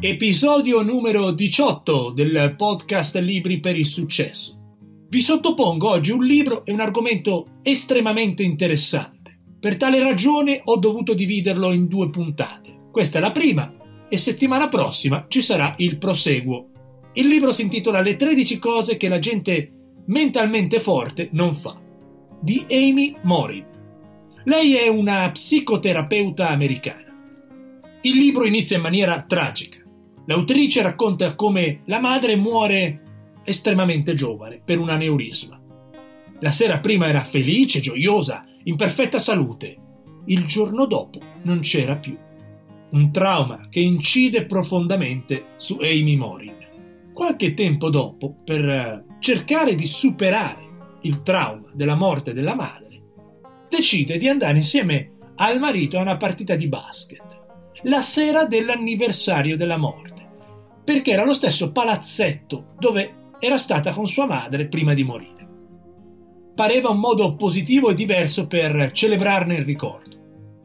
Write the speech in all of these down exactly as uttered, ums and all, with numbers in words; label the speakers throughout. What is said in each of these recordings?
Speaker 1: Episodio numero diciotto del podcast Libri per il Successo. Vi sottopongo oggi un libro e un argomento estremamente interessante. Per tale ragione ho dovuto dividerlo in due puntate. Questa è la prima e settimana prossima ci sarà il proseguo. Il libro si intitola Le tredici cose che la gente mentalmente forte non fa, di Amy Morin. Lei è una psicoterapeuta americana. Il libro inizia in maniera tragica. L'autrice racconta come la madre muore estremamente giovane per un aneurisma. La sera prima era felice, gioiosa, in perfetta salute. Il giorno dopo non c'era più. Un trauma che incide profondamente su Amy Morin. Qualche tempo dopo, per cercare di superare il trauma della morte della madre, decide di andare insieme al marito a una partita di basket la sera dell'anniversario della morte, perché era lo stesso palazzetto dove era stata con sua madre prima di morire. Pareva un modo positivo e diverso per celebrarne il ricordo.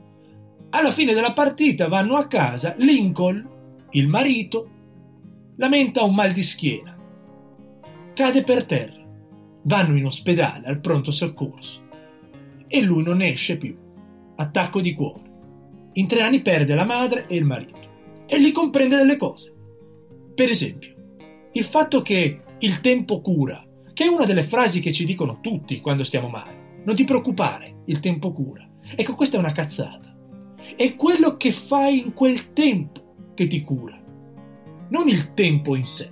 Speaker 1: Alla fine della partita vanno a casa, Lincoln, il marito, lamenta un mal di schiena. Cade per terra. Vanno in ospedale, al pronto soccorso. E lui non ne esce più. Attacco di cuore. In tre anni perde la madre e il marito. E li comprende delle cose. Per esempio, il fatto che il tempo cura, che è una delle frasi che ci dicono tutti quando stiamo male. Non ti preoccupare, il tempo cura. Ecco, questa è una cazzata. È quello che fai in quel tempo che ti cura, non il tempo in sé.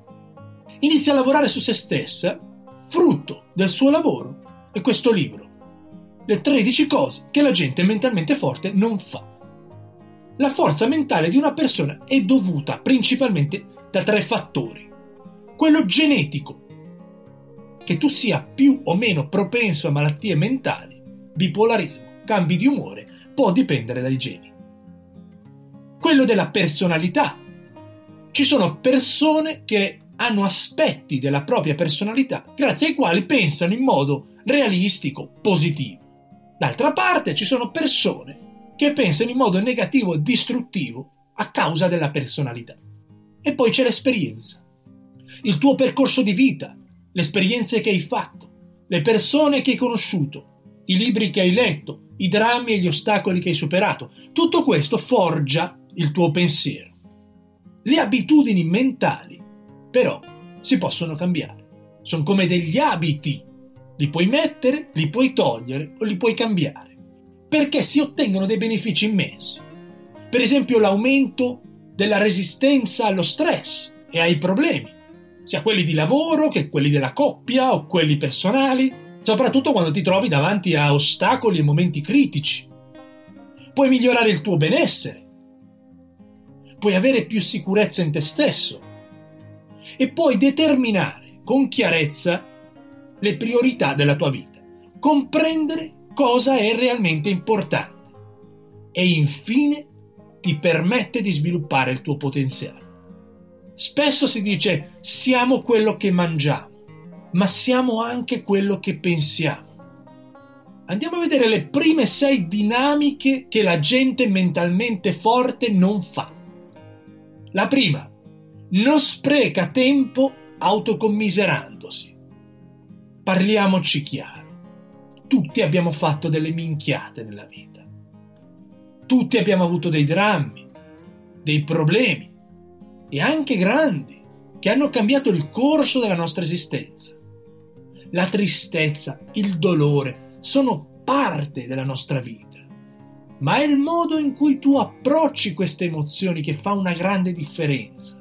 Speaker 1: Inizia a lavorare su se stessa, frutto del suo lavoro è questo libro. Le tredici cose che la gente mentalmente forte non fa. La forza mentale di una persona è dovuta principalmente da tre fattori. Quello genetico, che tu sia più o meno propenso a malattie mentali, bipolarismo, cambi di umore, può dipendere dai geni. Quello della personalità. Ci sono persone che hanno aspetti della propria personalità grazie ai quali pensano in modo realistico, positivo. D'altra parte ci sono persone che pensano in modo negativo e distruttivo a causa della personalità. E poi c'è l'esperienza, il tuo percorso di vita, le esperienze che hai fatto, le persone che hai conosciuto, i libri che hai letto, i drammi e gli ostacoli che hai superato. Tutto questo forgia il tuo pensiero. Le abitudini mentali, però, si possono cambiare. Sono come degli abiti. Li puoi mettere, li puoi togliere o li puoi cambiare, perché si ottengono dei benefici immensi. Per esempio l'aumento della resistenza allo stress e ai problemi, sia quelli di lavoro che quelli della coppia o quelli personali, soprattutto quando ti trovi davanti a ostacoli e momenti critici. Puoi migliorare il tuo benessere, puoi avere più sicurezza in te stesso e puoi determinare con chiarezza le priorità della tua vita, comprendere cosa è realmente importante e infine ti permette di sviluppare il tuo potenziale. Spesso si dice siamo quello che mangiamo, ma siamo anche quello che pensiamo. Andiamo a vedere le prime sei dinamiche che la gente mentalmente forte non fa. La prima, non spreca tempo autocommiserandosi. Parliamoci chiaro, tutti abbiamo fatto delle minchiate nella vita. Tutti abbiamo avuto dei drammi, dei problemi, e anche grandi, che hanno cambiato il corso della nostra esistenza. La tristezza, il dolore sono parte della nostra vita, ma è il modo in cui tu approcci queste emozioni che fa una grande differenza.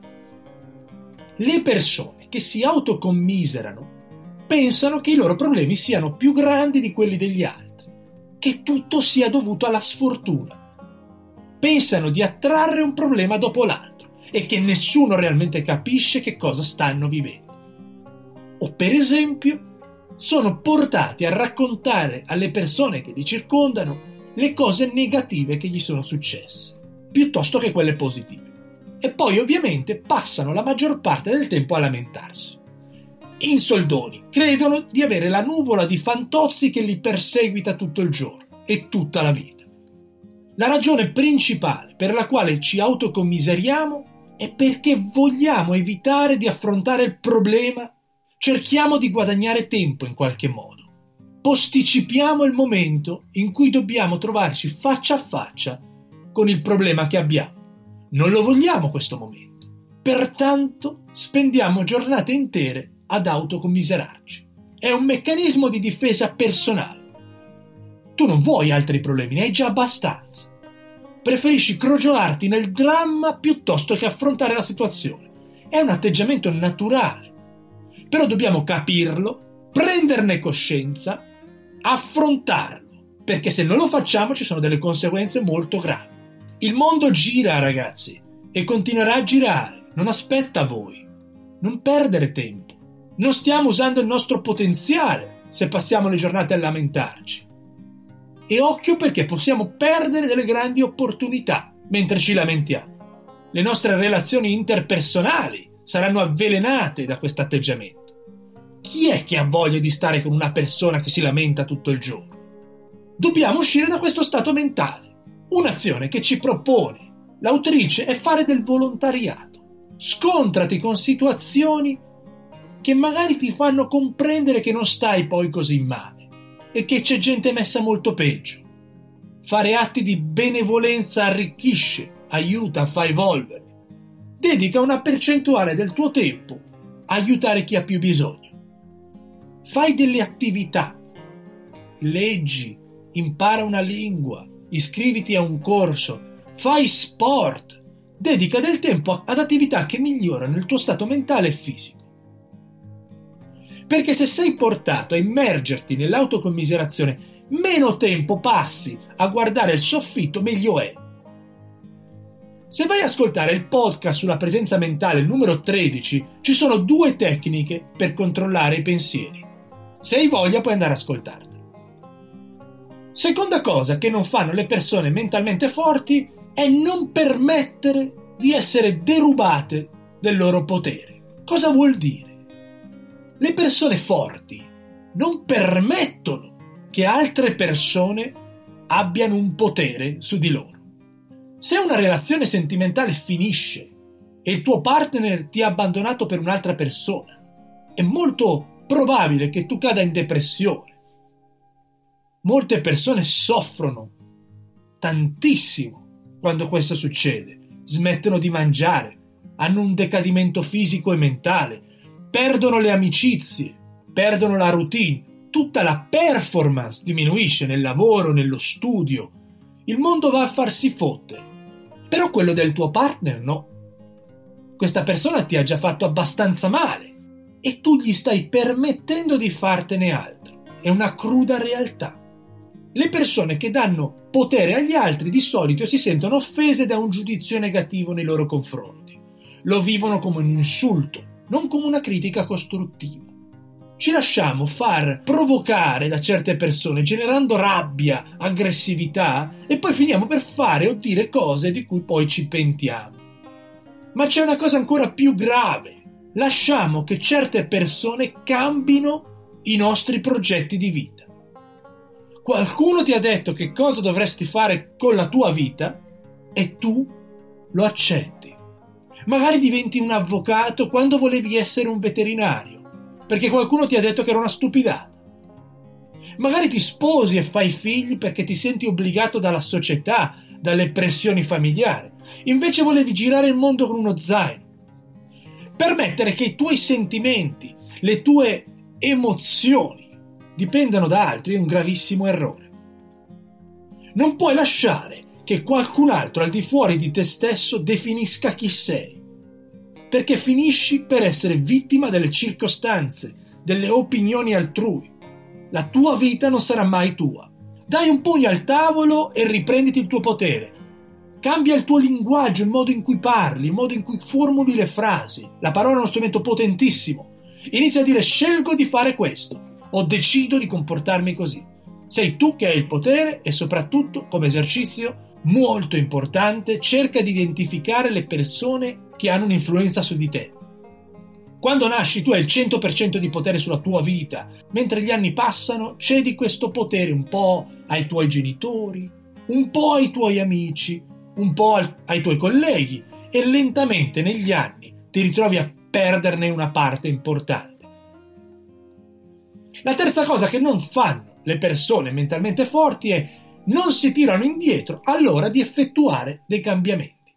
Speaker 1: Le persone che si autocommiserano pensano che i loro problemi siano più grandi di quelli degli altri, che tutto sia dovuto alla sfortuna. Pensano di attrarre un problema dopo l'altro e che nessuno realmente capisce che cosa stanno vivendo. O per esempio, sono portati a raccontare alle persone che li circondano le cose negative che gli sono successe, piuttosto che quelle positive. E poi ovviamente passano la maggior parte del tempo a lamentarsi. In soldoni credono di avere la nuvola di fantozzi che li perseguita tutto il giorno e tutta la vita. La ragione principale per la quale ci autocommiseriamo e perché vogliamo evitare di affrontare il problema, cerchiamo di guadagnare tempo in qualche modo. Posticipiamo il momento in cui dobbiamo trovarci faccia a faccia con il problema che abbiamo. Non lo vogliamo questo momento. Pertanto spendiamo giornate intere ad autocommiserarci. È un meccanismo di difesa personale. Tu non vuoi altri problemi, ne hai già abbastanza. Preferisci crogiolarti nel dramma piuttosto che affrontare la situazione. È un atteggiamento naturale. Però dobbiamo capirlo, prenderne coscienza, affrontarlo, perché se non lo facciamo ci sono delle conseguenze molto gravi. Il mondo gira, ragazzi, e continuerà a girare, non aspetta voi. Non perdere tempo. Non stiamo usando il nostro potenziale se passiamo le giornate a lamentarci. E occhio, perché possiamo perdere delle grandi opportunità mentre ci lamentiamo. Le nostre relazioni interpersonali saranno avvelenate da questo atteggiamento. Chi è che ha voglia di stare con una persona che si lamenta tutto il giorno? Dobbiamo uscire da questo stato mentale. Un'azione che ci propone l'autrice è fare del volontariato. Scontrati con situazioni che magari ti fanno comprendere che non stai poi così male e che c'è gente messa molto peggio. Fare atti di benevolenza arricchisce, aiuta, fa evolvere. Dedica una percentuale del tuo tempo a aiutare chi ha più bisogno. Fai delle attività, leggi, impara una lingua, iscriviti a un corso, fai sport, dedica del tempo ad attività che migliorano il tuo stato mentale e fisico. Perché se sei portato a immergerti nell'autocommiserazione, meno tempo passi a guardare il soffitto, meglio è. Se vai a ascoltare il podcast sulla presenza mentale numero tredici, ci sono due tecniche per controllare i pensieri. Se hai voglia puoi andare ad ascoltarle. Seconda cosa che non fanno le persone mentalmente forti è non permettere di essere derubate del loro potere. Cosa vuol dire? Le persone forti non permettono che altre persone abbiano un potere su di loro. Se una relazione sentimentale finisce e il tuo partner ti ha abbandonato per un'altra persona, è molto probabile che tu cada in depressione. Molte persone soffrono tantissimo quando questo succede, smettono di mangiare, hanno un decadimento fisico e mentale, perdono le amicizie, perdono la routine, tutta la performance diminuisce nel lavoro, nello studio, il mondo va a farsi fottere. Però quello del tuo partner no. Questa persona ti ha già fatto abbastanza male e tu gli stai permettendo di fartene altro. È una cruda realtà. Le persone che danno potere agli altri di solito si sentono offese da un giudizio negativo nei loro confronti. Lo vivono come un insulto, non come una critica costruttiva. Ci lasciamo far provocare da certe persone, generando rabbia, aggressività, e poi finiamo per fare o dire cose di cui poi ci pentiamo. Ma c'è una cosa ancora più grave. Lasciamo che certe persone cambino i nostri progetti di vita. Qualcuno ti ha detto che cosa dovresti fare con la tua vita e tu lo accetti. Magari diventi un avvocato quando volevi essere un veterinario, perché qualcuno ti ha detto che era una stupidata. Magari ti sposi e fai figli perché ti senti obbligato dalla società, dalle pressioni familiari. Invece volevi girare il mondo con uno zaino. Permettere che i tuoi sentimenti, le tue emozioni dipendano da altri è un gravissimo errore. Non puoi lasciare che qualcun altro al di fuori di te stesso definisca chi sei, perché finisci per essere vittima delle circostanze, delle opinioni altrui. La tua vita non sarà mai tua. Dai un pugno al tavolo e riprenditi il tuo potere. Cambia il tuo linguaggio, il modo in cui parli, il modo in cui formuli le frasi. La parola è uno strumento potentissimo. Inizia a dire: scelgo di fare questo, o decido di comportarmi così. Sei tu che hai il potere e soprattutto, come esercizio molto importante, cerca di identificare le persone che hanno un'influenza su di te. Quando nasci tu hai il cento per cento di potere sulla tua vita, mentre gli anni passano cedi questo potere un po' ai tuoi genitori, un po' ai tuoi amici, un po' ai tuoi colleghi e lentamente negli anni ti ritrovi a perderne una parte importante. La terza cosa che non fanno le persone mentalmente forti è non si tirano indietro all'ora di effettuare dei cambiamenti.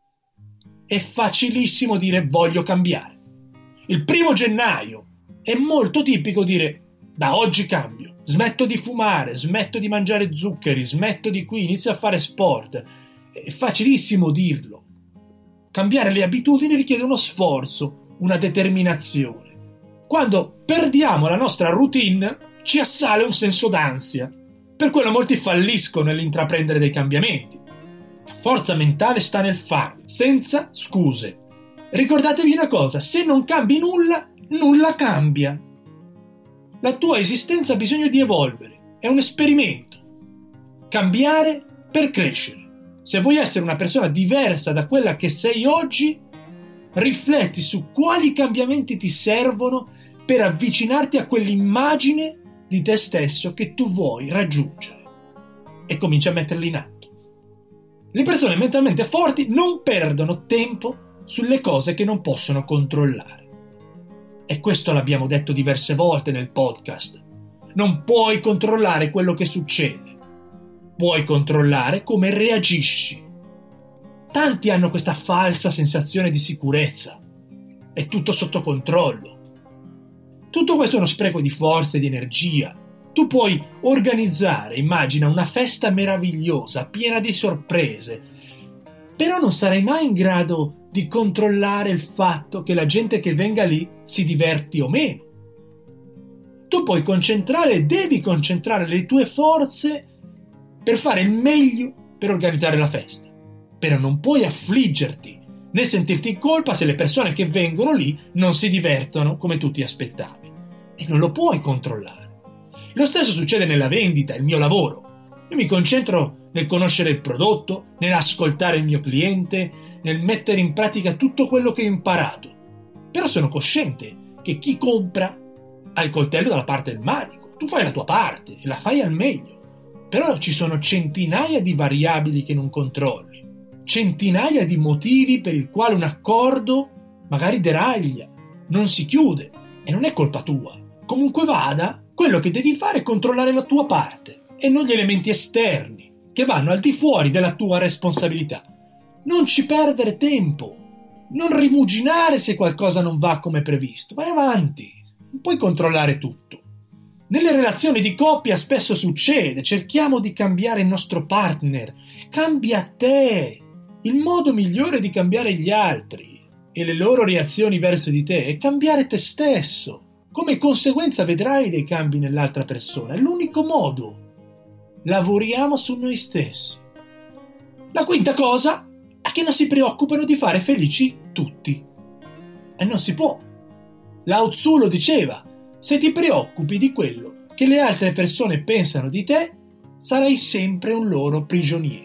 Speaker 1: È facilissimo dire voglio cambiare. Il primo gennaio è molto tipico dire da oggi cambio, smetto di fumare, smetto di mangiare zuccheri, smetto di qui, inizio a fare sport. È facilissimo dirlo. Cambiare le abitudini richiede uno sforzo, una determinazione. Quando perdiamo la nostra routine ci assale un senso d'ansia. Per quello molti falliscono nell'intraprendere dei cambiamenti. La forza mentale sta nel farlo, senza scuse. Ricordatevi una cosa, se non cambi nulla, nulla cambia. La tua esistenza ha bisogno di evolvere, è un esperimento. Cambiare per crescere. Se vuoi essere una persona diversa da quella che sei oggi, rifletti su quali cambiamenti ti servono per avvicinarti a quell'immagine di te stesso che tu vuoi raggiungere e comincia a metterli in atto. Le persone mentalmente forti non perdono tempo sulle cose che non possono controllare. E questo l'abbiamo detto diverse volte nel podcast. Non puoi controllare quello che succede. Puoi controllare come reagisci. Tanti hanno questa falsa sensazione di sicurezza. È tutto sotto controllo. Tutto questo è uno spreco di forza e di energia. Tu puoi organizzare, immagina, una festa meravigliosa, piena di sorprese, però non sarai mai in grado di controllare il fatto che la gente che venga lì si diverti o meno. Tu puoi concentrare, devi concentrare le tue forze per fare il meglio per organizzare la festa. Però non puoi affliggerti né sentirti in colpa se le persone che vengono lì non si divertono come tu ti aspettavi. E non lo puoi controllare. Lo stesso succede nella vendita, il mio lavoro. Io mi concentro nel conoscere il prodotto, nell'ascoltare il mio cliente, nel mettere in pratica tutto quello che ho imparato. Però sono cosciente che chi compra ha il coltello dalla parte del manico. Tu fai la tua parte e la fai al meglio. Però ci sono centinaia di variabili che non controlli. Centinaia di motivi per il quale un accordo magari deraglia, non si chiude e non è colpa tua. Comunque vada, quello che devi fare è controllare la tua parte e non gli elementi esterni che vanno al di fuori della tua responsabilità. Non ci perdere tempo, non rimuginare se qualcosa non va come previsto, vai avanti, non puoi controllare tutto. Nelle relazioni di coppia spesso succede, cerchiamo di cambiare il nostro partner, cambia te. Il modo migliore di cambiare gli altri e le loro reazioni verso di te è cambiare te stesso. Come conseguenza vedrai dei cambi nell'altra persona, è l'unico modo. Lavoriamo su noi stessi. La quinta cosa è che non si preoccupano di fare felici tutti. E non si può. Lao Tzu lo diceva, se ti preoccupi di quello che le altre persone pensano di te, sarai sempre un loro prigioniero.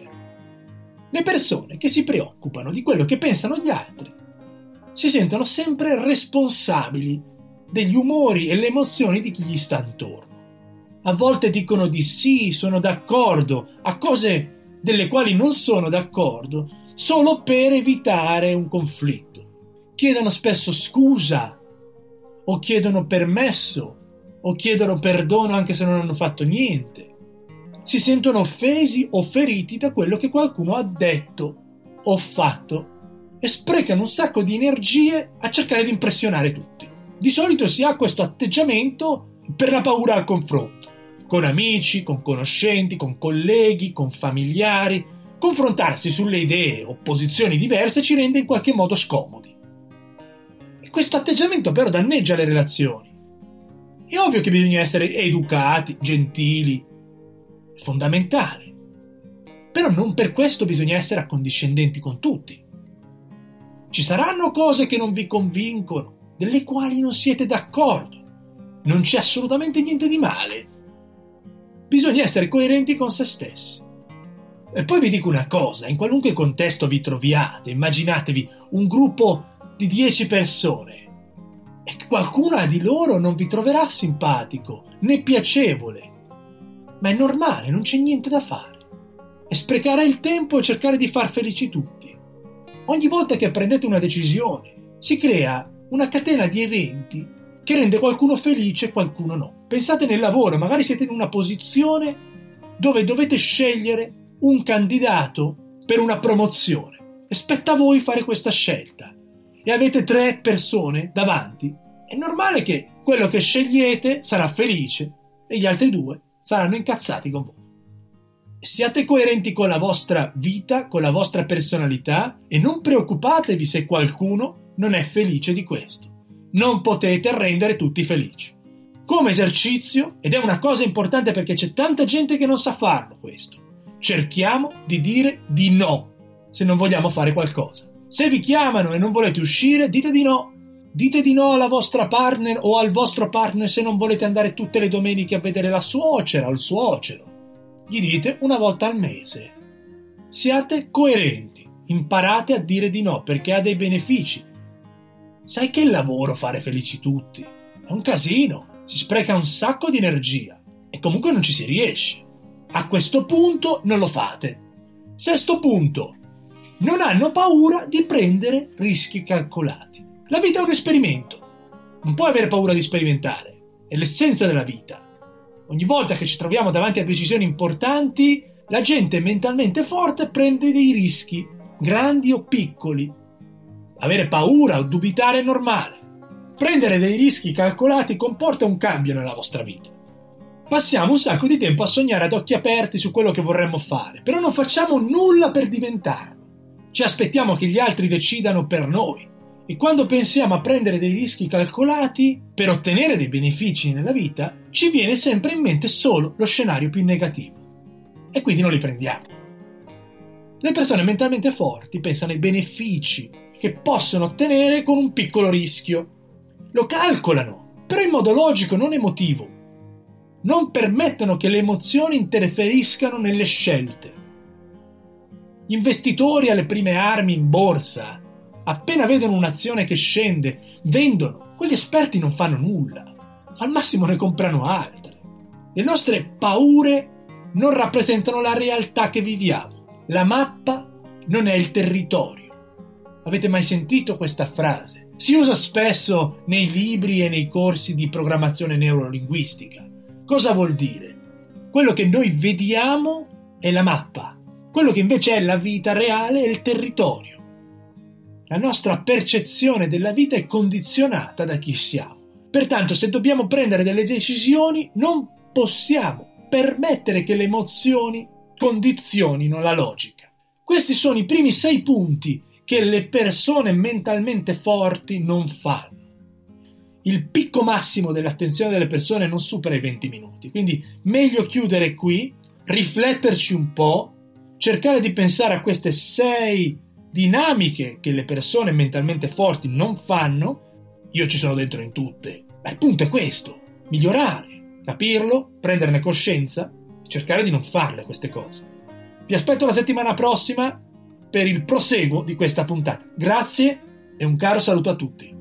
Speaker 1: Le persone che si preoccupano di quello che pensano gli altri si sentono sempre responsabili degli umori e le emozioni di chi gli sta intorno. A volte dicono di sì, sono d'accordo a cose delle quali non sono d'accordo solo per evitare un conflitto. Chiedono spesso scusa o chiedono permesso o chiedono perdono anche se non hanno fatto niente. Si sentono offesi o feriti da quello che qualcuno ha detto o fatto e sprecano un sacco di energie a cercare di impressionare tutti. Di solito si ha questo atteggiamento per la paura al confronto, con amici, con conoscenti, con colleghi, con familiari. Confrontarsi sulle idee o posizioni diverse ci rende in qualche modo scomodi. E questo atteggiamento però danneggia le relazioni. È ovvio che bisogna essere educati, gentili, è fondamentale. Però non per questo bisogna essere accondiscendenti con tutti. Ci saranno cose che non vi convincono, delle quali non siete d'accordo. Non c'è assolutamente niente di male. Bisogna essere coerenti con se stessi. E poi vi dico una cosa, in qualunque contesto vi troviate, immaginatevi un gruppo di dieci persone e qualcuna di loro non vi troverà simpatico né piacevole. Ma è normale, non c'è niente da fare. È sprecare il tempo e cercare di far felici tutti. ogni volta che prendete una decisione si crea una catena di eventi che rende qualcuno felice e qualcuno no. Pensate nel lavoro, magari siete in una posizione dove dovete scegliere un candidato per una promozione e spetta a voi fare questa scelta e avete tre persone davanti. È normale che quello che scegliete sarà felice e gli altri due saranno incazzati con voi. Siate coerenti con la vostra vita, con la vostra personalità e non preoccupatevi se qualcuno non è felice di questo. Non potete rendere tutti felici. Come esercizio, ed è una cosa importante perché c'è tanta gente che non sa farlo questo, cerchiamo di dire di no se non vogliamo fare qualcosa. Se vi chiamano e non volete uscire, dite di no. Dite di no alla vostra partner o al vostro partner se non volete andare tutte le domeniche a vedere la suocera o il suocero. Gli dite una volta al mese. Siate coerenti, imparate a dire di no perché ha dei benefici. Sai che il lavoro fare felici tutti? È un casino, si spreca un sacco di energia e comunque non ci si riesce. A questo punto non lo fate. Sesto punto. Non hanno paura di prendere rischi calcolati. La vita è un esperimento. Non puoi avere paura di sperimentare. È l'essenza della vita. Ogni volta che ci troviamo davanti a decisioni importanti, la gente mentalmente forte prende dei rischi, grandi o piccoli. Avere paura o dubitare è normale. Prendere dei rischi calcolati comporta un cambio nella vostra vita. Passiamo un sacco di tempo a sognare ad occhi aperti su quello che vorremmo fare, però non facciamo nulla per diventarlo. Ci aspettiamo che gli altri decidano per noi. E quando pensiamo a prendere dei rischi calcolati per ottenere dei benefici nella vita, ci viene sempre in mente solo lo scenario più negativo. E quindi non li prendiamo. Le persone mentalmente forti pensano ai benefici che possono ottenere con un piccolo rischio. Lo calcolano, però in modo logico, non emotivo. Non permettono che le emozioni interferiscano nelle scelte. Gli investitori alle prime armi in borsa, appena vedono un'azione che scende, vendono. Quegli esperti non fanno nulla. Al massimo ne comprano altre. Le nostre paure non rappresentano la realtà che viviamo. La mappa non è il territorio. Avete mai sentito questa frase? Si usa spesso nei libri e nei corsi di programmazione neurolinguistica. Cosa vuol dire? Quello che noi vediamo è la mappa. Quello che invece è la vita reale è il territorio. La nostra percezione della vita è condizionata da chi siamo. Pertanto, se dobbiamo prendere delle decisioni, non possiamo permettere che le emozioni condizionino la logica. Questi sono i primi sei punti che le persone mentalmente forti non fanno. Il picco massimo dell'attenzione delle persone non supera i venti minuti, quindi meglio chiudere qui, rifletterci un po', cercare di pensare a queste sei dinamiche che le persone mentalmente forti non fanno. Io ci sono dentro in tutte. Ma il punto è questo: migliorare, capirlo, prenderne coscienza e cercare di non farle queste cose. Vi aspetto la settimana prossima per il proseguo di questa puntata. Grazie e un caro saluto a tutti.